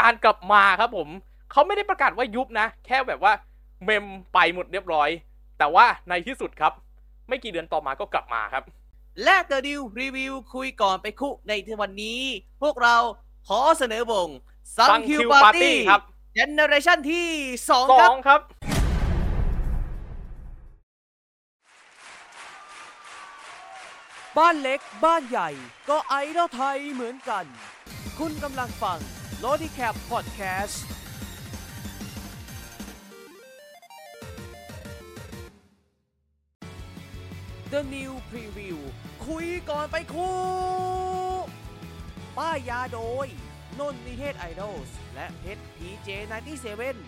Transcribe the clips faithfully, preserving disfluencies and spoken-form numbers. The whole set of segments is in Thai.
การกลับมาครับผมเขาไม่ได้ประกาศว่ายุบนะแค่แบบว่าเมมไปหมดเรียบร้อยแต่ว่าในที่สุดครับไม่กี่เดือนต่อมาก็กลับมาครับและ The Deal Review คุยก่อนไปคุในวันนี้พวกเราขอเสนอวง Sun Q Party ครับ Generation ที่สองครับครับบ้านเล็กบ้านใหญ่ก็ไอดอลไทยเหมือนกันคุณกำลังฟัง Lodi Cap Podcast The New Preview คุยก่อนไปคู่ป้ายยาโดยนนนิเทศไอดอลและเพชร พี เจ เก้าสิบเจ็ด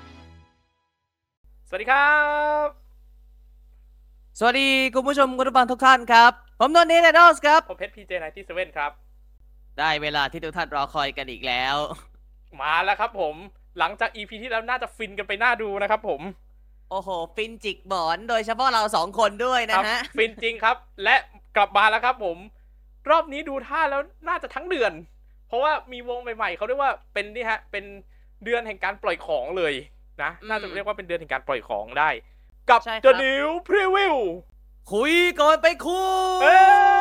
สวัสดีครับสวัสดีคุณผู้ชมคุณผู้ฟังทุกท่านครับผมนนนิเทศไอดอลครับผมเพชร พี เจ เก้าสิบเจ็ด ครับได้เวลาที่ทุกท่านรอคอยกันอีกแล้วมาแล้วครับผมหลังจาก อี พี ที่แล้วน่าจะฟินกันไปน่าดูนะครับผมโอ้โหฟินจิกหมอนโดยเฉพาะเราสองคนด้วยนะฮะฟินจริงครับและกลับมาแล้วครับผมรอบนี้ดูท่าแล้วน่าจะทั้งเดือนเพราะว่ามีวงใหม่ๆเขาเรียกว่าเป็นนี่ฮะเป็นเดือนแห่งการปล่อยของเลยนะน่าจะเรียกว่าเป็นเดือนแห่งการปล่อยของได้กับ The New Preview คุยก่อนไปคุย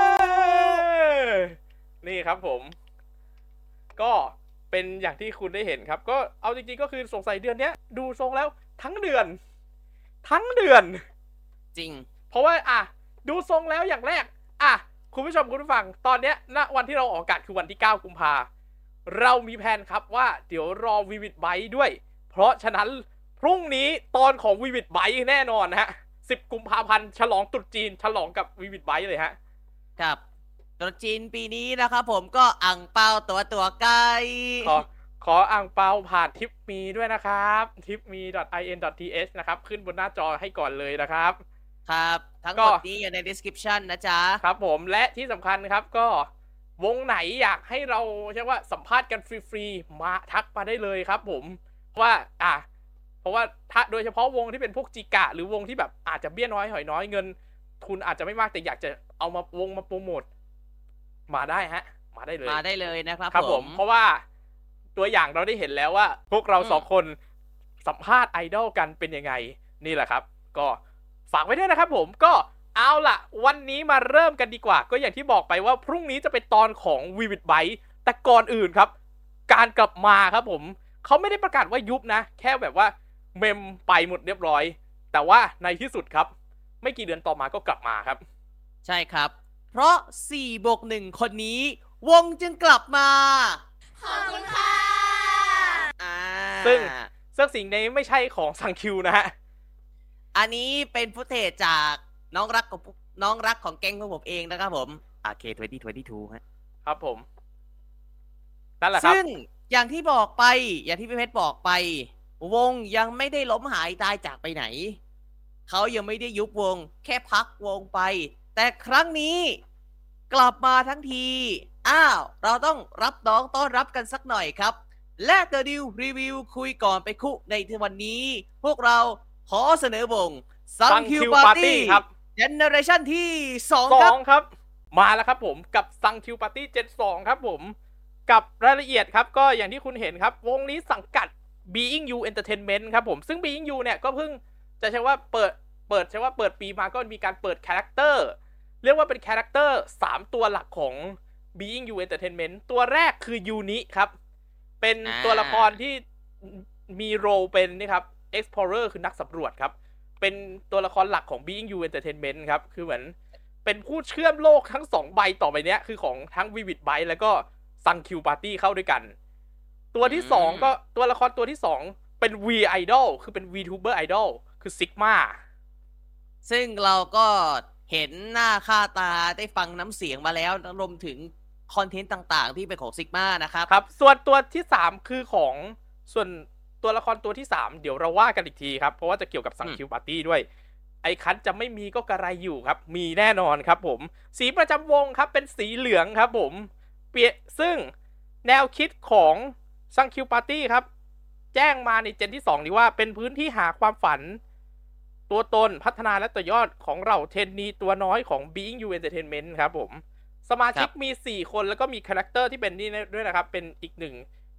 นี่ครับผมก็เป็นอย่างที่คุณได้เห็นครับก็เอาจริงๆก็คือสงสัยเดือนนี้ดูทรงแล้วทั้งเดือนทั้งเดือนจริงเพราะว่าอ่ะดูทรงแล้วอย่างแรกอ่ะคุณผู้ชมคุณผู้ฟังตอนเนี้ยณวันที่เราออกอากาศคือวันที่เก้ากุมภาเรามีแผนครับว่าเดี๋ยวรอ Vivid Byte ด้วยเพราะฉะนั้นพรุ่งนี้ตอนของ Vivid Byte แน่นอนฮะสิบกุมภาพันธ์ฉลองตรุษจีนฉลองกับ Vivid Byte เลยฮะครับตรุษจีนปีนี้นะครับผมก็อั่งเปาตัวตัวไกลขอขออ่างเปาผ่านทิปมีด้วยนะครับทิปมี .in.th นะครับขึ้นบนหน้าจอให้ก่อนเลยนะครับครับทั้งหมดนี้อยู่ใน description นะจ๊ะครับผมและที่สำคัญครับก็วงไหนอยากให้เราใช่ว่าสัมภาษณ์กันฟรีๆมาทักมาได้เลยครับผมเพราะว่าอ่ะเพราะว่าถ้าโดยเฉพาะวงที่เป็นพวกจิกะหรือวงที่แบบอาจจะเบี้ยน้อยหอยน้อยเงินทุนอาจจะไม่มากแต่อยากจะเอามาวงมาโปรโมทมาได้ฮะมาได้เลยมาได้เลยนะครับครับผมเพราะว่าตัวอย่างเราได้เห็นแล้วว่าพวกเราสองคนสัมภาษณ์ไอดอลกันเป็นยังไงนี่แหละครับก็ฝากไว้ด้วยนะครับผมก็เอาล่ะวันนี้มาเริ่มกันดีกว่าก็อย่างที่บอกไปว่าพรุ่งนี้จะเป็นตอนของ Vivid Byte แต่ก่อนอื่นครับการกลับมาครับผมเขาไม่ได้ประกาศว่ายุบนะแค่แบบว่าเมมไปหมดเรียบร้อยแต่ว่าในที่สุดครับไม่กี่เดือนต่อมาก็กลับมาครับใช่ครับเพราะสี่บวกหนึ่งคนนี้วงจึงกลับมาขอบคุณค่ะซึ่งซึ่งสิ่งนี้ไม่ใช่ของซังคิวนะฮะอันนี้เป็นฟุตเทจจากน้องรักของน้องรักของแก๊งของผมเองนะครับผม อาร์ เค สองพันยี่สิบสองฮะครับผมนั่นแหละครับซึ่งอย่างที่บอกไปอย่างที่พี่เพชรบอกไปวงยังไม่ได้ล้มหายตายจากไปไหนเขายังไม่ได้ยุบวงแค่พักวงไปแต่ครั้งนี้กลับมาทั้งทีอ้าวเราต้องรับน้องต้อนรับกันสักหน่อยครับและ The Deal Review คุยก่อนไปคุในวันนี้พวกเราขอเสนอวง Sun Q Party ครับ Generation ที่สองครับครับมาแล้วครับผมกับ Sun Q Party Gen สองครับผมกับรายละเอียดครับก็อย่างที่คุณเห็นครับวงนี้สังกัด Being You Entertainment ครับผมซึ่ง Being You เนี่ยก็เพิ่งจะใช้ว่าเปิดเปิดใช้ว่าเปิดปีมาก็มีการเปิดคาแรคเตอร์เรียกว่าเป็นคาแรคเตอร์สามตัวหลักของ Being You Entertainment ตัวแรกคือยูนิครับเป็นตัวละครที่มีโรลเป็นนี่ครับ Explorer คือนักสำรวจครับเป็นตัวละครหลักของ Being You Entertainment ครับคือเหมือนเป็นผู้เชื่อมโลกทั้งสองใบต่อไปเนี้ยคือของทั้ง Vivid Byte แล้วก็ Sun Q Party เข้าด้วยกันตัวที่สองก็ตัวละครตัวที่สองเป็น V Idol คือเป็น VTuber Idol คือ Sigma ซึ่งเราก็เห็นหน้าค่าตาได้ฟังน้ำเสียงมาแล้วรวมถึงคอนเทนต์ต่างๆที่เป็นของ Sigma นะครับครับส่วนตัวที่สามคือของส่วนตัวละครตัวที่สามเดี๋ยวเราว่ากันอีกทีครับเพราะว่าจะเกี่ยวกับ Sun Q Party ด้วยไอคันจะไม่มีก็กระไรอยู่ครับมีแน่นอนครับผมสีประจำวงครับเป็นสีเหลืองครับผมเปียซึ่งแนวคิดของ Sun Q Party ครับแจ้งมาในเจนที่สองนี้ว่าเป็นพื้นที่หาความฝันตัวตนพัฒนาและต่อยอดของเราเทนนีตัวน้อยของ Being You Entertainment ครับผมสมาชิกมีสี่คนแล้วก็มีคาแรคเตอร์ที่เป็นนี่ด้วยนะครับเป็นอีกหนึ่ง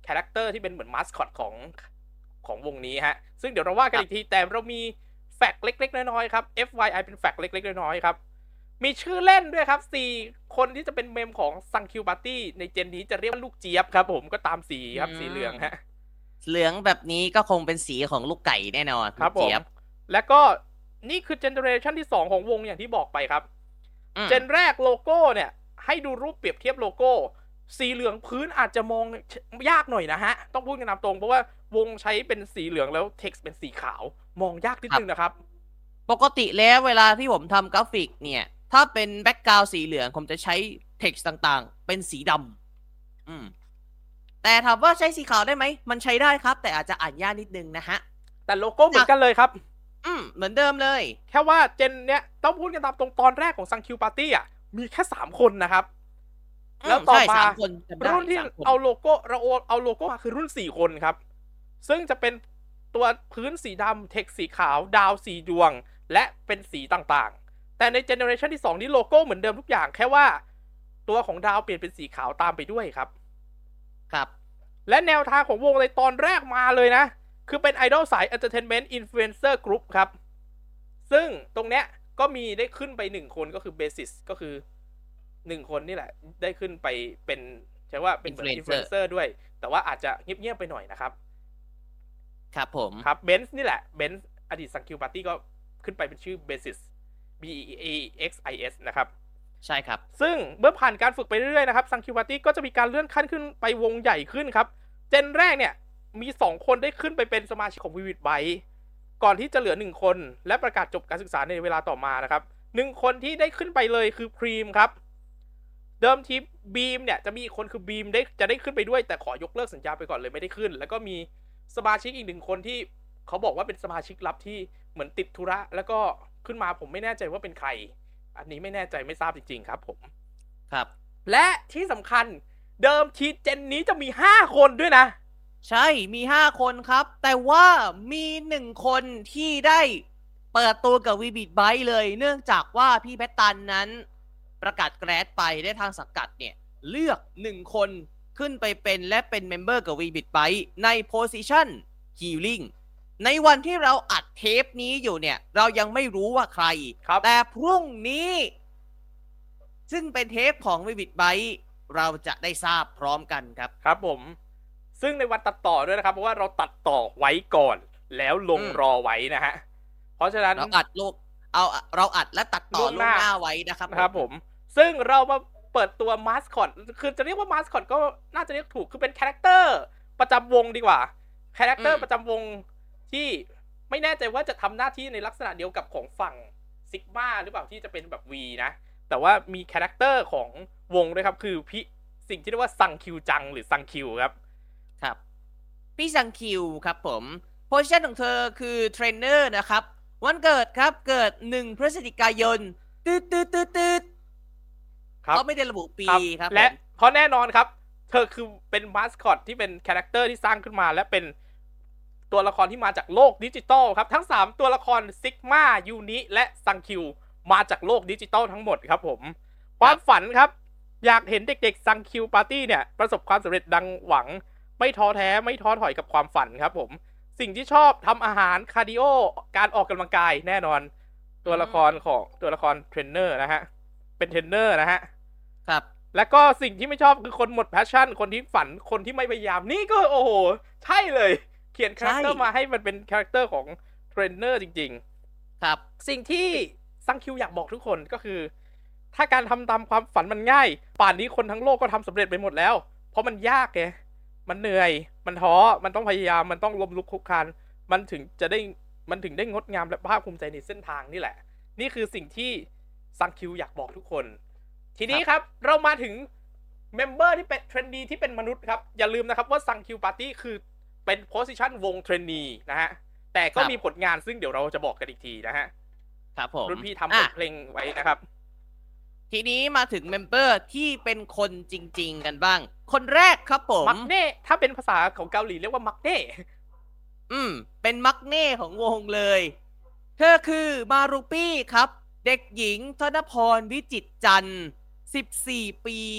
คาแรคเตอร์ที่เป็นเหมือนมาสคอตของของวงนี้ฮะซึ่งเดี๋ยวเราว่ากันอีกทีแต่เรามีแฟกต์เล็กๆน้อยๆครับ เอฟ วาย ไอ เป็นแฟกต์เล็กๆน้อยๆครับมีชื่อเล่นด้วยครับสี่คนที่จะเป็นเมมของซังคิวปาร์ตี้ในเจนนี้จะเรียกว่าลูกเจี๊ยบครับผมก็ตามสีครับสีเหลืองฮะเหลืองแบบนี้ก็คงเป็นสีของลูกไก่แน่นอนครับผมแล้วก็นี่คือเจเนอเรชันที่สองของวงอย่างที่บอกไปครับเจนแรกโลโก้เนี่ยให้ดูรูปเปรียบเทียบโลโก้สีเหลืองพื้นอาจจะมองยากหน่อยนะฮะต้องพูดกันตามตรงเพราะว่าวงใช้เป็นสีเหลืองแล้วเท็กซ์เป็นสีขาวมองยากนิดนึงนะครับปกติแล้วเวลาที่ผมทำกราฟิกเนี่ยถ้าเป็นแบ็กกราวด์สีเหลืองผมจะใช้เท็กซ์ต่างๆเป็นสีดำอืมแต่ถามว่าใช้สีขาวได้ไหมมันใช้ได้ครับแต่อาจจะอ่านยากนิดนึงนะฮะแต่โลโก้เหมือนกันเลยครับอืมเหมือนเดิมเลยแค่ว่าเจนเนี้ยต้องพูดกันตามตรงตอนแรกของซังคิวปาร์ตี้อ่ะมีแค่สามคนนะครับแล้วต่อมารุ่นที่เอาโลโก้เราเอาโลโก้มาคือรุ่นสี่คนครับซึ่งจะเป็นตัวพื้นสีดำเท็กซ์สีขาวดาวสีดวงและเป็นสีต่างๆแต่ในเจเนอเรชันที่สองนี่โลโก้เหมือนเดิมทุกอย่างแค่ว่าตัวของดาวเปลี่ยนเป็นสีขาวตามไปด้วยครับครับและแนวทางของวงเลยตอนแรกมาเลยนะคือเป็นไอดอลสาย Entertainment Influencer Group ครับซึ่งตรงเนี้ยก็มีได้ขึ้นไปหนึ่งคนก็คือ Basis ก็คือหนึ่งคนนี่แหละได้ขึ้นไปเป็นใช่ว่าเป็นเหมือน Influencer ด้วยแต่ว่าอาจจะเงียบๆไปหน่อยนะครับครับผมครับเบนซ์นี่แหละเบนซ์อดีตซังคิวปาร์ตี้ก็ขึ้นไปเป็นชื่อ Basis B E A X I S นะครับใช่ครับซึ่งเมื่อผ่านการฝึกไปเรื่อยๆนะครับซังคิวปาร์ตี้ก็จะมีการเลื่อนขั้นขึ้นไปวงใหญ่ขึ้นครับเจนแรกเนี่ยมีสองคนได้ขึ้นไปเป็นสมาชิกของ Vivid Byte ก่อนที่จะเหลือหนึ่งคนและประกาศจบการศึกษาในเวลาต่อมานะครับหนึ่งคนที่ได้ขึ้นไปเลยคือพรีมครับเดิมทีบีมเนี่ยจะมีคนคือบีมได้จะได้ขึ้นไปด้วยแต่ขอยกเลิกสัญญาไปก่อนเลยไม่ได้ขึ้นแล้วก็มีสมาชิกอีกหนึ่งคนที่เขาบอกว่าเป็นสมาชิกลับที่เหมือนติดธุระแล้วก็ขึ้นมาผมไม่แน่ใจว่าเป็นใครอันนี้ไม่แน่ใจไม่ทราบจริงๆครับผมครับและที่สำคัญเดิมทีเจนนี้จะมีห้าคนด้วยนะใช่มีห้าคนครับแต่ว่ามีหนึ่งคนที่ได้เปิดตัวกับ Vivid Byte เลยเนื่องจากว่าพี่แพตตันนั้นประกาศแกรดไปได้ทางสังกัดเนี่ยเลือกหนึ่งคนขึ้นไปเป็นและเป็นเมมเบอร์กับ Vivid Byte ในโพสิชัน Healing ในวันที่เราอัดเทปนี้อยู่เนี่ยเรายังไม่รู้ว่าใครแต่พรุ่งนี้ซึ่งเป็นเทปของ Vivid Byte เราจะได้ทราบพร้อมกันครับครับผมซึ่งในวันตัดต่อด้วยนะครับเพราะว่าเราตัดต่อไว้ก่อนแล้วลงรอไว้นะฮะเพราะฉะนั้นเราอัดลูกเอาเราอัดและตัดต่อล่วงหน้าไว้นะครับครับผมซึ่งเรามาเปิดตัวมาสคอตคือจะเรียกว่ามาสคอตก็น่าจะเรียกถูกคือเป็นคาแรคเตอร์ประจำวงดีกว่าคาแรคเตอร์ประจำวงที่ไม่แน่ใจว่าจะทำหน้าที่ในลักษณะเดียวกับของฝั่งซิกมาหรือเปล่าที่จะเป็นแบบ V นะแต่ว่ามีคาแรคเตอร์ของวงด้วยครับคือพี่สิ่งที่เรียกว่าซังคิวจังหรือซังคิวครับครับพี่ซังคิวครับผมโพสิชันของเธอคือเทรนเนอร์นะครับวันเกิดครับเกิดหนึ่งพฤศจิกายนตืดตืดตืดตืดเขาไม่ได้ระบุปีครับและเพราะแน่นอนครับเธอคือเป็นมาสคอตที่เป็นคาแรคเตอร์ที่สร้างขึ้นมาและเป็นตัวละครที่มาจากโลกดิจิตอลครับทั้งสามตัวละครซิกมายูนิและซังคิวมาจากโลกดิจิตอลทั้งหมดครับผมความฝันครับอยากเห็นเด็กๆซังคิวปาร์ตี้เนี่ยประสบความสำเร็จดังหวังไม่ท้อแท้ไม่ท้อถอยกับความฝันครับผมสิ่งที่ชอบทำอาหารคาร์ดิโอการออกกำลังกายแน่นอนตัวละครของตัวละครเทรนเนอร์นะฮะเป็นเทรนเนอร์นะฮะครับแล้วก็สิ่งที่ไม่ชอบคือคนหมดแพชชั่นคนที่ฝันคนที่ไม่พยายามนี่ก็โอ้โหใช่เลยเขียนคาแรคเตอร์มาให้มันเป็นคาแรคเตอร์ของเทรนเนอร์จริงๆครับสิ่งที่ซังคิวอยากบอกทุกคนก็คือถ้าการทำตามความฝันมันง่ายป่านนี้คนทั้งโลกก็ทำสำเร็จไปหมดแล้วเพราะมันยากไงมันเหนื่อยมันท้อมันต้องพยายามมันต้องล้มลุกคลุกคลานมันถึงจะได้มันถึงได้งดงามและภาคภูมิใจในเส้นทางนี่แหละนี่คือสิ่งที่ซังคิวอยากบอกทุกคนทีนี้ครับเรามาถึงเมมเบอร์ที่เป็นเทรนนีที่เป็นมนุษย์ครับอย่าลืมนะครับว่าซังคิวปาร์ตี้คือเป็นโพสิชันวงเทรนนีนะฮะแต่ก็มีผลงานซึ่งเดี๋ยวเราจะบอกกันอีกทีนะฮะครับผมรุ่นพี่ทำบทเพลงไว้นะครับทีนี้มาถึงเมมเบอร์ที่เป็นคนจริงๆกันบ้างคนแรกครับผมมักเน่ถ้าเป็นภาษาของเกาหลีเรียกว่ามักเน่อืมเป็นมักเน่ของวงเลยเธอคือมารุปี้ครับเด็กหญิงธนพรวิจิตรจันทร์สิบสี่ปี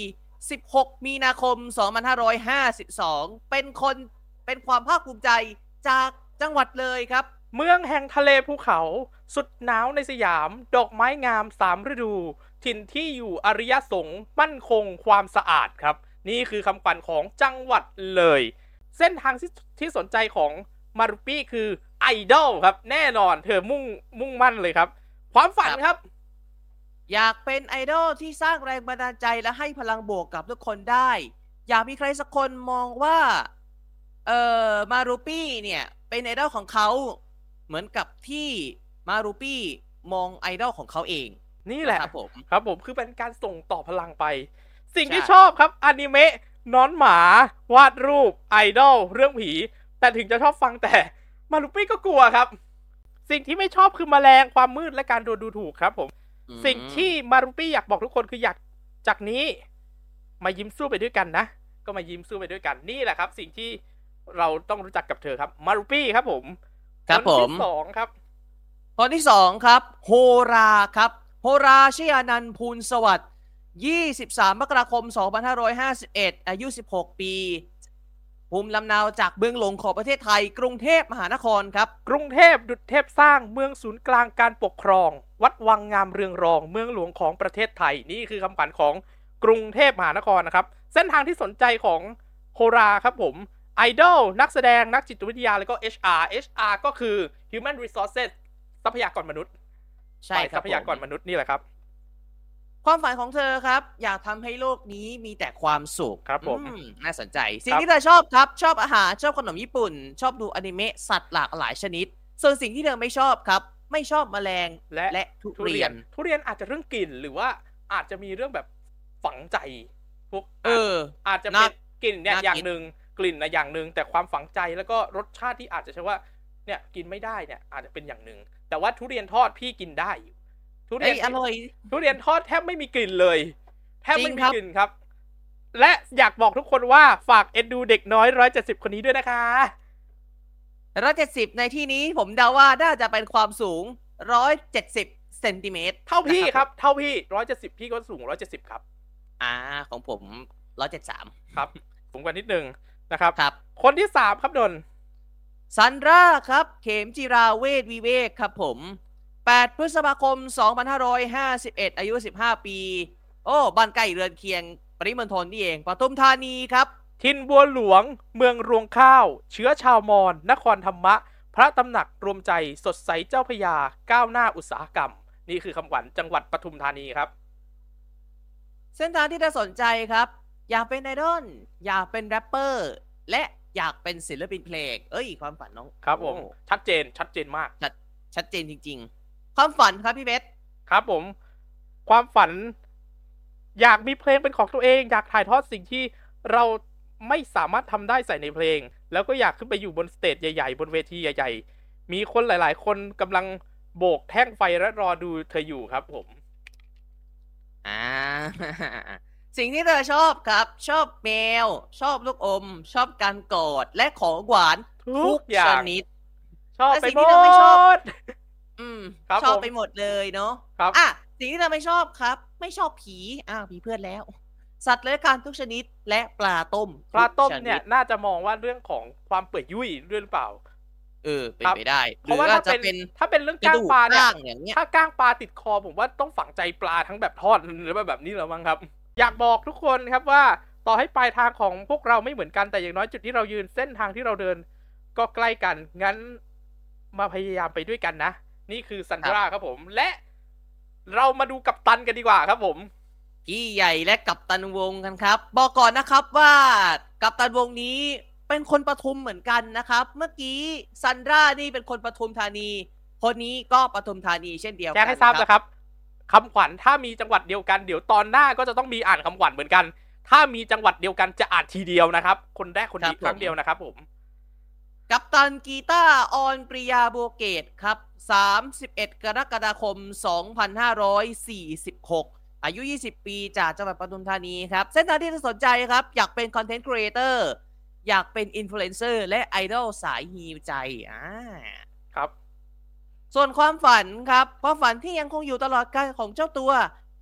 สิบหกมีนาคมสองพันห้าร้อยห้าสิบสองเป็นคนเป็นความภาคภูมิใจจากจังหวัดเลยครับเมืองแห่งทะเลภูเขาสุดหนาวในสยามดอกไม้งามสามฤดูถิ่นที่อยู่อริยสงฆ์มั่นคงความสะอาดครับนี่คือคำขวัญของจังหวัดเลยเส้นทางที่ที่สนใจของมารุปี้คือไอดอลครับแน่นอนเธอมุ่งมุ่งมั่นเลยครับความฝันครับอยากเป็นไอดอลที่สร้างแรงบันดาลใจและให้พลังบวกกับทุกคนได้ อยากมีใครสักคนมองว่าเอ่อมารูปี้เนี่ยเป็นไอดอลของเขาเหมือนกับที่มารูปี้มองไอดอลของเขาเองนี่แหละครับผมครับผมคือเป็นการส่งต่อพลังไป สิ่งใช่ที่ชอบครับอนิเมะน้อนหมาวาดรูปไอดอลเรื่องผี แต่ถึงจะชอบฟังแต่มารุปี้ก็กลัวครับ สิ่งที่ไม่ชอบคือแมลงความมืดและการโดนดูถูกครับผมอืมสิ่งที่มารุปี้อยากบอกทุกคนคืออยากจากนี้ มายิ้มสู้ไปด้วยกันนะ ก็มายิ้มสู้ไปด้วยกันนี่แหละครับ สิ่งที่เราต้องรู้จักกับเธอครับมารุปี้ครับผมครับนผที่มสองครับคนที่สองครับโฮราครับโฮราชยานันท์ภูลสวัสดิ์ยี่สิบสามมกราคมสองพันห้าร้อยห้าสิบเอ็ดอายุสิบหกปีภูมิลำเนาจากเมืองหลวงของประเทศไทยกรุงเทพมหานครครับกรุงเทพดุจเทพสร้างเมืองศูนย์กลางการปกครอง วัดวังงามเรืองรองเมืองหลวงของประเทศไทยนี่คือคำขวัญของกรุงเทพมหานครนะครับเส้นทางที่สนใจของโฮราครับผมไอดอลนักแสดงนักจิตวิทยาแล้วก็ เอช อาร์ เอช อาร์ ก็คือ Human Resources ทรัพยากรมนุษย์ใช่ครับทรัพยากรมนุษย์นี่แหละครับความฝันของเธอครับ อยากทำให้โลกนี้มีแต่ความสุขครับผมอืน่าสนใจ สิ่คงรับที่เธอชอบครับ ชอบอาหารชอบขนมญี่ปุ่น ชอบดูอนิเมะสัตว์หลากหลายชนิด ส่วนสิ่งที่เธอไม่ชอบครับ ไม่ชอบแมลงและและทุทุเรีเรียยนน ทุเรียนอาจจะเรื่องกลิ่นหรือว่าอาจจะมีเรื่องแบบฝังใจพวกเอออาจจะน่าเป็นกลิ่นเนี่ยน่าอย่างคิดหนึ่งกลิ่นนะอย่างหนึ่งแต่ความฝังใจแล้วก็รสชาติที่อาจจะใช่ว่าเนี่ยกินไม่ได้เนี่ยอาจจะเป็นอย่างหนึ่งแต่ว่าทุเรียนทอดพี่กินได้อยู่ทุเรีเอ้ยนยอร่อยทุเรียนทอดแทบไม่มีกลิ่นเลยแทบไม่จริงมีครับกลิ่นครับ และอยากบอกทุกคนว่าฝากเอ็นดูเด็กน้อยร้อยเจ็ดสิบคนนี้ด้วยนะคะร้อยเจ็ดสิบในที่นี้ผมเดาว่าน่าจะเป็นความสูงร้อยเจ็ดสิบเซนติเมตรเท่าพี่นะครับเท่าพี่ร้อยเจ็ดสิบพี่ก็สูงร้อยเจ็ดสิบครับอ่าของผมร้อยเจ็ดสามครับสูงกว่านิดนึงนะครับครับคนที่สามครับดนซันราครับ เขมจิราเวทวิเวกครับผมแปดพฤษภาคมสองพันห้าร้อยห้าสิบเอ็ดอายุสิบห้าปี โอ้บ้านใกล้เรือนเคียงปริมณฑลนี่เองปทุมธานีครับทินบัวหลวง เมืองรวงข้าว เชื้อชาวมอญนครธรรมะ พระตำหนักรวมใจสดใสเจ้าพระยาก้าวหน้าอุตสาหกรรม นี่คือคำขวัญจังหวัดปทุมธานีครับเส้นทางที่น่าสนใจครับ อยากเป็นไอดอลอยากเป็นแรปเปอร์ และอยากเป็นศิลปินเพลง เอ้ยความฝันน้องครับผมโอ้ชัดเจนชัดเจนมากชัดชัดเจนจริงๆ ความฝันครับพี่เบสครับผม ความฝัน อยากมีเพลงเป็นของตัวเอง อยากถ่ายทอดสิ่งที่เราไม่สามารถทำได้ใส่ในเพลง แล้วก็อยากขึ้นไปอยู่บนสเตจใหญ่ๆ บนเวทีใหญ่ๆ มีคนหลายๆ คนกำลังโบกแท่งไฟและรอดูเธออยู่ครับผมอ่า สิ่งที่เธอชอบครับ ชอบแมว ชอบลูกอม ชอบการกอดและของหวานทุกอย่าชงนิดชอบและไปสิ่งหมที่เราไม่ชอบดอืมครับชอบผมไปหมดเลยเนาะครับอ่ะสิ่งที่เราไม่ชอบครับ ไม่ชอบผีอ้าวผีเพื่อนแล้ว สัตว์เลื้อยคลานทุกชนิด และปลาต้มปลาต้มทุกชดเนี่ยน่าจะมองว่าเรื่องของความเปื่อยยุ่ยด้วยหรือเปล่าเออเป็นครับไปได้เพราะว่าหอถ้าจะเป็นเป็นถ้าเป็นเรื่องกระก้างดูกปลาเนี่ยก้างอย่างเงี้ยถ้าก้างปลาติดคอผมว่าต้องฝังใจปลาทั้งแบบทอดหรือแบบนี้แล้วมั้งครับ อยากบอกทุกคนครับว่าต่อให้ปลายทางของพวกเราไม่เหมือนกันแต่อย่างน้อยจุดที่เรายืนเส้นทางที่เราเดิน ก็ใกล้กันงั้นมาพยายามไปด้วยกันนะ นี่คือซันดราครับผม และเรามาดูกัปตันกันดีกว่าครับผมพี่ใหญ่และกัปตันวงกันครับ บอกก่อนนะครับว่ากัปตันวงนี้เป็นคนปทุมเหมือนกันนะครับ เมื่อกี้ซันดรานี่เป็นคนปทุมธานี คนนี้ก็ปทุมธานีเช่นเดียวกัแจ้งให้ทราบนะครับคำขวัญถ้ามีจังหวัดเดียวกันเดี๋ยวตอนหน้าก็จะต้องมีอ่านคำขวัญเหมือนกัน ถ้ามีจังหวัดเดียวกันจะอ่านทีเดียวนะครับ คนแรกคนนี้ครั้งเดียวนะครับผมกัปตันกีตาร์ออนปริยาโบเกตครับสามสิบเอ็ดกรกฎาคมสองพันห้าร้อยสี่สิบหกอายุยี่สิบปีจากจังหวัดปทุมธานีครับเส้นทางที่น่าสนใจครับ อยากเป็นคอนเทนต์ครีเอเตอร์อยากเป็นอินฟลูเอนเซอร์และไอดอลสายฮีลใจอ่าครับส่วนความฝันครับความฝันที่ยังคงอยู่ตลอดกาลของเจ้าตัว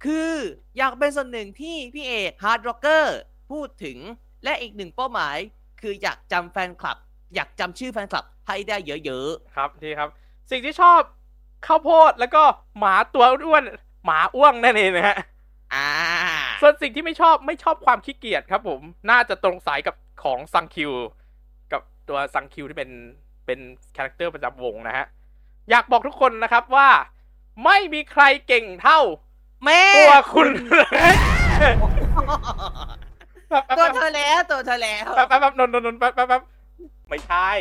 คืออยากเป็นส่วนหนึ่งที่พี่เอกฮาร์ดร็อกเกอร์พูดถึงและอีกหนึ่งเป้าหมายคืออยากจำแฟนคลับ อยากจำชื่อแฟนคลับให้ได้เยอะๆครับดีครับสิ่งที่ชอบข้าวโพดแล้วก็หมาตัวอ้วนหมาอ้วงนั่นเองนะฮะอ่าส่วนสิ่งที่ไม่ชอบไม่ชอบความขี้เกียจครับผมน่าจะตรงสายกับของซังคิวกับตัวซังคิวที่เป็นเป็นคาแรคเตอร์ประจำวงนะฮะอยากบอกทุกคนนะครับว่าไม่มีใครเก่งเท่าแม่ตัวคุณตัวเธอแล้วตัวเธอแล้วแป๊บแป๊บแป๊บนนนนแป๊บแป๊บแป๊บไม่ใช่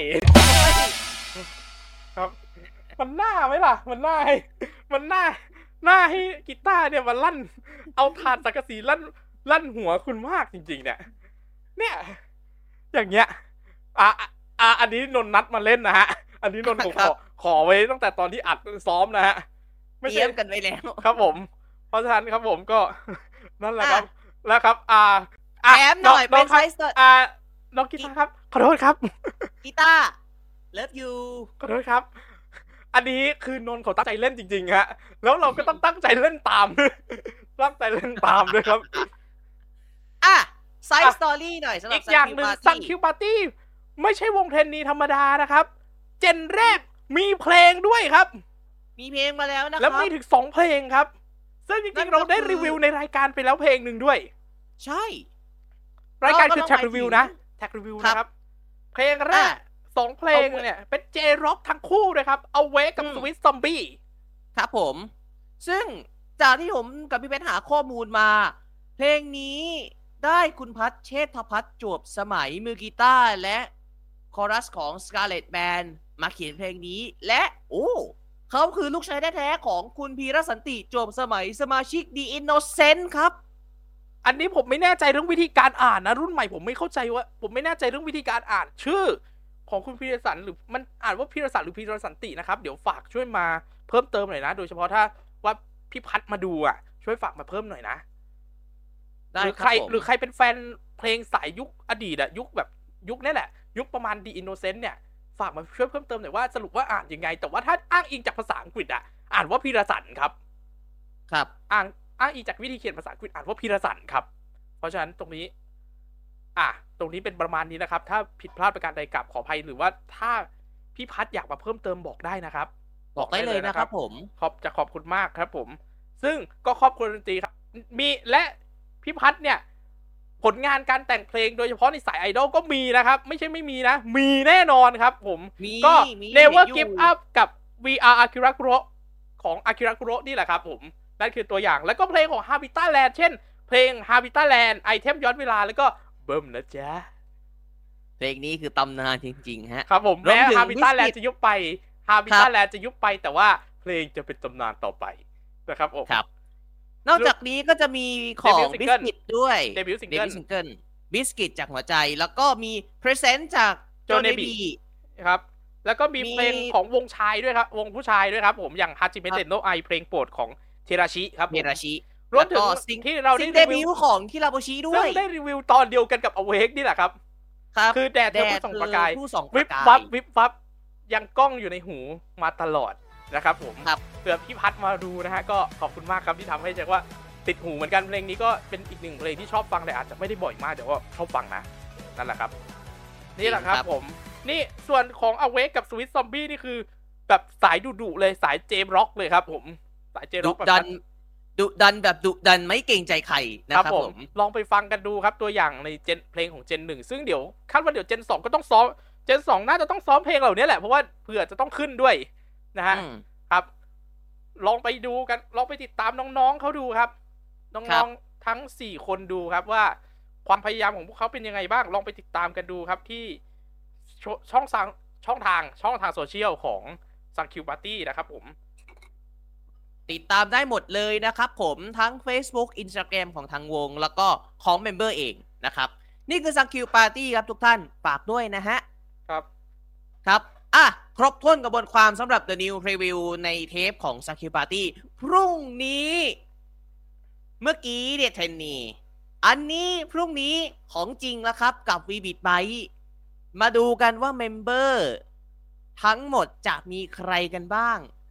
ครับมันหน้าไหมล่ะมันหน้าให้มันหน้าหน้าให้กีตาร์เนี่ยมันลั่นเอาถาดสังกะสีลั่นลั่นหัวคุณมากจริงๆเนี่ยเนี่ยอย่างเงี้ยอ่ะอ่ะอันนี้นนนัดมาเล่นนะฮะอันนี้นนขอขอไว้ตั้งแต่ตอนที่อัดซ้อมนะฮะไม่เตรียมกันไว้แล้วครับผมเพราะฉะนั้นครับผมก็นั่นแหละครับแล้วครับอ่าแถมหน่อยเป็นไซส์อ่าน้องกีตาร์ครับขอโทษครับกีตาร์เลิฟยูขอโทษครับอันนี้คือนนท์เขาตั้งใจเล่นจริงๆฮะแล้วเราก็ต้องตั้งใจเล่นตามตั้งใจเล่นตามด้วยครับอ่ะไซส์สตอรี่หน่อยสำหรับอีกอย่างหนึ่งซังคิวปาร์ตี้ไม่ใช่วงเทนนีธรรมดานะครับเจนแรกมีเพลงด้วยครับมีเพลงมาแล้วนะครับแล้วมีถึงสองเพลงครับซึ่งจริงๆเราได้รีวิวในรายการไปแล้วเพลงหนึ่งด้วยใช่รายการคือแท็กรีวิวนะแท็กรีวิวนะครับเพลงแรกสองเพลงเนี่ยเป็นเจร็อกทั้งคู่เลยครับเอาเวกับสวิตซอมบี้ครับผมซึ่งจากที่ผมกับพี่เพชรหาข้อมูลมาเพลงนี้ได้คุณพัชเชษฐพัฒน์จวบสมัยมือกีตาร์และคอรัสของ Scarlet Band มาเขียนเพลงนี้และโอ้เขาคือลูกชายแท้ๆของคุณพีรสันติจวบสมัยสมาชิก The Innocent ครับอันนี้ผมไม่แน่ใจเรื่องวิธีการอ่านนะรุ่นใหม่ผมไม่เข้าใจว่าผมไม่แน่ใจเรื่องวิธีการอ่านชื่อของคุณพีรสันหรือมันอ่านว่าพีรสันหรือพีรสันตินะครับเดี๋ยวฝากช่วยมาเพิ่มเติมหน่อยนะโดยเฉพาะถ้าว่าพี่พัดมาดูอ่ะช่วยฝากมาเพิ่มหน่อยนะหรือใครหรือใครเป็นแฟนเพลงสายยุคอดีตอะยุคแบบยุคนี่แหละยุคประมาณ The Innocent เนี่ยฝากมาช่วยเพิ่มเติมหน่อยว่าสรุปว่าอ่านยังไงแต่ว่าถ้าอ้างอิงจากภาษาอังกฤษอะอ่านว่าพีรสันครับครับอ่านอ้างอิงจากวิธีเขียนภาษาอังกฤษอ่านว่าพีรสันครับเพราะฉะนั้นตรงนี้อ่ะตรงนี้เป็นประมาณนี้นะครับถ้าผิดพลาดประการใดกลับขออภัยหรือว่าถ้าพี่พัดอยากมาเพิ่มเติมบอกได้นะครับบอกได้เลยนะครับผมขอบจะขอบคุณมากครับผมซึ่งก็ครอบครัวดนตรีครับมีและพี่พัดเนี่ยผลงานการแต่งเพลงโดยเฉพาะในสายไอดอลก็มีนะครับไม่ใช่ไม่มีนะมีแน่นอนครับผมก็ Never Give Up กับ We Are Akira Kuro ของ Akira Kuro นี่แหละครับผมนั่นคือตัวอย่างแล้วก็เพลงของ Habitat Land เช่นเพลง Habitat Land ไอเทมย้อนเวลาแล้วก็เบิ่มนะจ๊ะเพลงนี้คือตำนานจริงๆฮะครับผมแม้ Habitat Land จะยุบไป Habitat Land จะยุบไปแต่ว่าเพลงจะเป็นตำนานต่อไปนะครับผมครับนอกจากนี้ก็จะมีของบิสกิตด้วยเดบิวต์ซิงเกิลบิสกิตจากหัวใจแล้วก็มีเพรสเซนต์จากโจเนบีครับแล้วก็มีเพลงของวงชายด้วยครับวงผู้ชายด้วยครับผมอย่างฮาจิเมเตโนไอเพลงโปรดของเทราชิครับเทราชิรวมถึงสิ่งที่เราได้รีวิวของคิราโบชิด้วยได้รีวิวตอนเดียวกันกับอเวกนี่แหละครับคือแดดผู้ส่องประกายวิบวับวิบวับยังก้องอยู่ในหูมาตลอดนะครับผมเผื่อพี่พัดมาดูนะฮะก็ขอบคุณมากครับที่ทำให้เจ๊ว่าติดหูเหมือนกันเพลงนี้ก็เป็นอีกหนึ่งเพลงที่ชอบฟังแต่อาจจะไม่ได้บ่อยมากแต่ว่าชอบฟังนะนั่นแหละครับนี่แหละครับผมนี่ส่วนของ Awake กับ Sweet Zombie นี่คือแบบสายดุๆเลยสายเจมร็อกเลยครับผมสายเจมร็อกแบบดันดุดันแบบดุดันไม่เกรงใจใครนะครับผมลองไปฟังกันดูครับตัวอย่างในเจนเพลงของเจนหนึ่งซึ่งเดี๋ยวคาดว่าเดี๋ยวเจนสองก็ต้องซ้อมเจนสองน่าจะต้องซ้อมเพลงเหล่านี้แหละเพราะว่าเผื่อจะต้องขึ้นด้วยนะฮะครับลองไปดูกันลองไปติดตามน้องๆเขาดูครับน้องๆทั้งสี่คนดูครับว่าความพยายามของพวกเขาเป็นยังไงบ้างลองไปติดตามกันดูครับที่ช่องทางช่องทางช่องทางโซเชียลของซังคิวปาร์ตี้นะครับผมติดตามได้หมดเลยนะครับผมทั้ง Facebook Instagram ของทางวงแล้วก็ของเมมเบอร์เองนะครับนี่คือซังคิวปาร์ตี้ครับทุกท่านฝากด้วยนะฮะครับครับอ่ะครบถ้วนกระบวนความสำหรับ The New Preview ในเทปของซังคิวปาร์ตี้พรุ่งนี้เมื่อกี้เดทเทนนีอันนี้พรุ่งนี้ของจริงแล้วครับกับ V-Beat Byte มาดูกันว่าเมมเบอร์ทั้งหมดจะมีใครกันบ้าง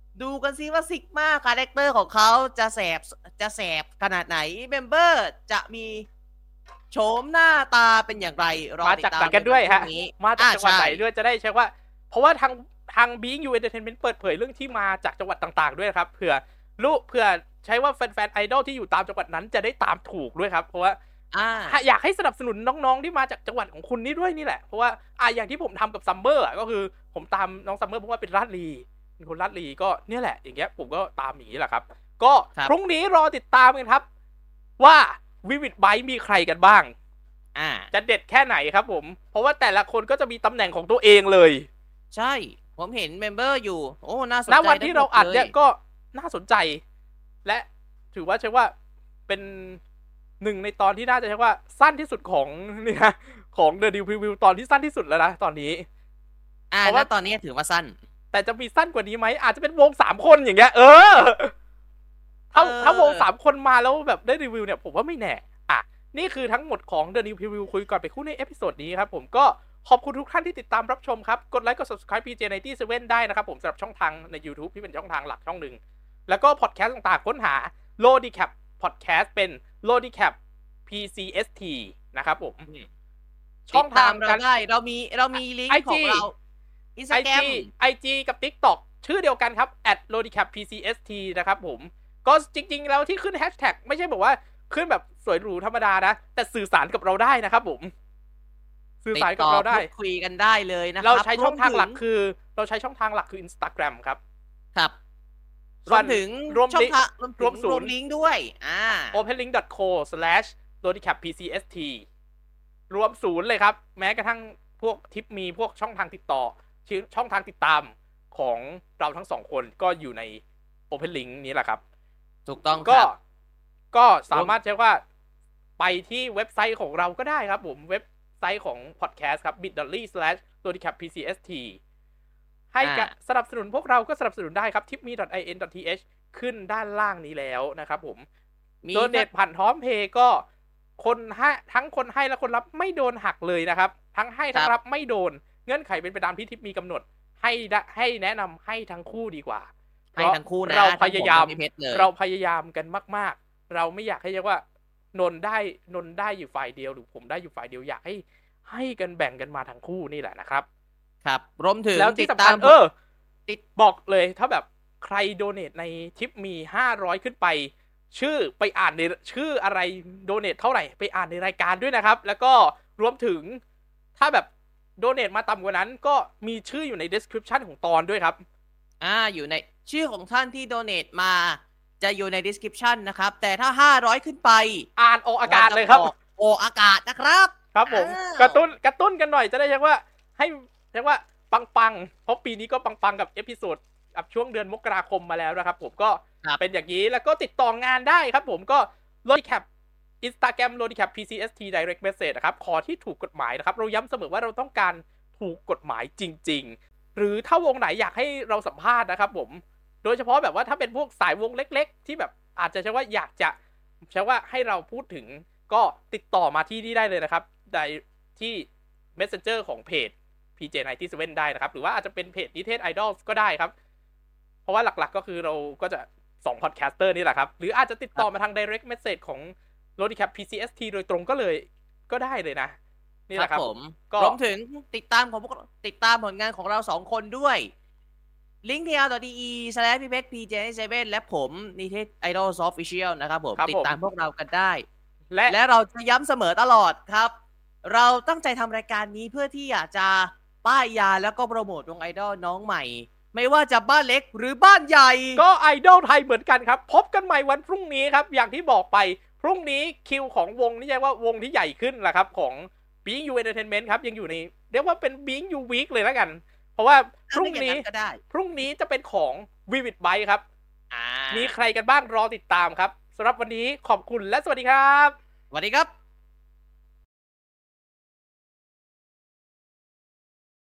ดูกันซิว่าซิกมาคาแรคเตอร์ของเขาจะแสบจะแสบขนาดไหนเมมเบอร์จะมีโฉมหน้าตาเป็นอย่างไรรอมาติดจากตามไหนกันด้วยฮะพรุ่งนี้มาจากจังหวัดไหนอ่าใช่ด้วยจะได้เช็คว่า เพราะว่าทางทาง Being You Entertainment เปิดเผยเรื่องที่มาจากจังหวัดต่างๆด้วยนะครับเผื่อลูกเผื่อใช้ว่าแฟนๆไอดอลที่อยู่ตามจังหวัดนั้นจะได้ตามถูกด้วยครับเพราะว่าอ่าอยากให้สนับสนุนน้องๆที่มาจากจังหวัดของคุณนี่ด้วยนี่แหละเพราะว่าอ่ะอย่างที่ผมทำกับซัมเมอร์ก็คือผมตามน้องซัมเมอร์เพราะว่าเป็นราชลีเป็นคนราชลีก็เนี่ยแหละอย่างเงี้ยผมก็ตามอย่างนี้แหละครับก็ครับพรุ่งนี้รอติดตามกันครับ ว่าวิวิดไบท์มีใครกันบ้างอ่าจะเด็ดแค่ไหนครับผม เพราะว่าแต่ละคนก็จะมีตำแหน่งของตัวเองเลยใช่ ผมเห็นเมมเบอร์อยู่ โอ้น่าสนณใจวันที่เราอัดเนี่ยลก็น่าสนใจ และถือว่าใช่ว่าเป็นหนึ่งในตอนที่น่าจะใช่ว่าสั้นที่สุดของเนี่ยของ The Deal Preview ตอนที่สั้นที่สุดแล้วนะตอนนี้อ่าเพราะแล้ว่าวตอนนี้ถือว่าสั้นแต่จะมีสั้นกว่านี้ไหมอาจจะเป็นวงสามคนอย่างเงี้ย เออ ถ้าเออถ้าวงสามคนมาแล้วแบบได้รีวิวเนี่ยผมว่าไม่แน่อ่ะนี่คือทั้งหมดของ The New Preview คุยก่อนไปคู่ในเอพิโซดนี้ครับผมก็ขอบคุณทุกท่านที่ติดตามรับชมครับกดไลค์กด subscribe พี เจ ไนน์ตี้เซเว่น ได้นะครับผมสำหรับช่องทางใน YouTube ที่เป็นช่องทางหลักช่องหนึ่งแล้วก็พอดแคสต์ต่างๆค้นหา Lodicap Podcast เป็น Lodicap พี ซี เอส ที นะครับผม ช่องทางติดตมเราการได้เรามีเรามีลิงก์ไอขจีองเราอินสตาแกรไอมจี ไอ จี กับ TikTok ชื่อเดียวกันครับ แอท โลดิแคป พี ซี เอส ที นะครับผมก็จริงๆแล้วที่ขึ้นแฮชแท็กไม่ใช่บอกว่าขึ้นแบบสวยหรูธรรมดานะแต่สื่อสารกับเราได้นะครับผมสื่อสารกับเราได้ติต่อพูคุยกันได้เลยนะครับเราใช้ช่องทางหลักรวมถึคือ เราใช้ช่องทางหลักคือ Instagram ครับครับส่รววน มถึงรวมช่องลิงก์ทางรวมถึงรวมศูนย์รวมลิงก์ด้วยอ่าโอเพนลิงก์ ดอท โค สแลช โลดิแคป พี ซี เอส ที รวมศูนย์เลยครับ แม้กระทั่งพวกทิปมีพวกช่องทางติดต่อช่องทางติดตามของเราทั้งสองคนก็อยู่ใน Open Link นี้แหละครับถูกต้องคก็รับก็สามารถใช้ว่าไปที่เว็บไซต์ของเราก็ได้ครับผมเว็บไซต์ของพอดแคสต์ครับ bit dot l y slash lodicap พี ซี เอส ที ให้กับอ่าสนับสนุนพวกเราก็สนับสนุนได้ครับ tipme dot in dot th ขึ้นด้านล่างนี้แล้วนะครับผมมีโดเนทผ่านพร้อมเพย์ก็คนให้ทั้งคนให้และคนรับไม่โดนหักเลยนะครับ ทั้งให้ทั้งรับไม่โดนเงื่อนไขเป็นไปตามที่ทิปมีกำหนดให้ได้ให้แนะนำให้ทั้งคู่ดีกว่าให้ทั้งคู่นะเราพยายามทั้งผและพี่เพชรเลยเราพยายามกันมาก ๆ เราไม่อยากให้เรียกว่านนได้นนได้อยู่ฝ่ายเดียวหรือผมได้อยู่ฝ่ายเดียวอยากให้ให้กันแบ่งกันมาทั้งคู่นี่แหละนะครับครับรวมถึงแล้วที่ติดสำตาคัญมเออติดบอกเลยถ้าแบบใครโดเนทในทิปมีห้าร้อยขึ้นไป ชื่อไปอ่านในชื่ออะไรโดเนทเท่าไหร่ไปอ่านในรายการด้วยนะครับ แล้วก็รวมถึงถ้าแบบโดเนทมาต่ำกว่านั้นก็มีชื่ออยู่ใน description ของตอนด้วยครับอ่าอยู่ในชื่อของท่านที่โดเนทมาจะอยู่ใน description นะครับ แต่ถ้าห้าร้อยขึ้นไปอ่านออกอากาศเลยครับโออากาศนะครับครับผมอ้าวกระตุ้นกระตุ้นกันหน่อยจะได้เรียกว่าให้เรียกว่าปังๆเพราะปีนี้ก็ปังๆกับเอพิโซดกับช่วงเดือนมกราคมมาแล้วนะครับผมก็เป็นอย่างนี้แล้วก็ติดต่องานได้ครับผมก็ Lodicap Instagram Lodicap พี ซี เอส ที Direct Message นะครับขอที่ถูกกฎหมายนะครับเราย้ำเสมอว่าเราต้องการถูกกฎหมายจริงๆหรือถ้าวงไหนอยากให้เราสัมภาษณ์นะครับผมโดยเฉพาะแบบว่าถ้าเป็นพวกสายวงเล็กๆที่แบบอาจจะใช่ว่าอยากจะใช่ว่าให้เราพูดถึงก็ติดต่อมาที่นี่ได้เลยนะครับได้ที่ Messenger ของเพจ พี เจ ไนน์ตี้เซเว่น ได้นะครับหรือว่าอาจจะเป็นเพจ นิเทศ Idol ก็ได้ครับเพราะว่าหลักๆก็คือเราก็จะสองพอดแคสเตอร์นี่แหละครับหรืออาจจะติดต่อมาทาง direct message ของ Lodicap พี ซี เอส ที โดยตรงก็เลยก็ได้เลยนะนี่แหละครับผมก็รวมถึงติดตามของพวกติดตามผลงานของเราสองคนด้วย ลิงก์ ที อาร์ ดอท ดี อี สแลช พี เพชร พี เจ เซเว่น และผมนิเทศ Idol Official นะครับผมครับติผดมตามพวกเรากันได้และและเราจะย้ำเสมอตลอดครับ เราตั้งใจทำรายการนี้เพื่อที่อยากจะป้ายยาแล้วก็โปรโมทวงไอดอลน้องใหม่ ไม่ว่าจะบ้านเล็กหรือบ้านใหญ่ก็ไอดอลไทยเหมือนกันครับพบกันใหม่วันพรุ่งนี้ครับอย่างที่บอกไปพรุ่งนี้คิวของวงนี่ใช่ว่าวงที่ใหญ่ขึ้นแหละครับของ Being You Entertainment ครับยังอยู่ในเรียกว่าเป็น Being You Week เลยแล้วกัน เพราะว่าพรุ่งนี้ก็ได้พรุ่งนี้จะเป็นของ Vivid Byte ครับอ่ามีใครกันบ้างรอติดตามครับสำหรับวันนี้ขอบคุณและสวัสดีครับสวัสดีครับ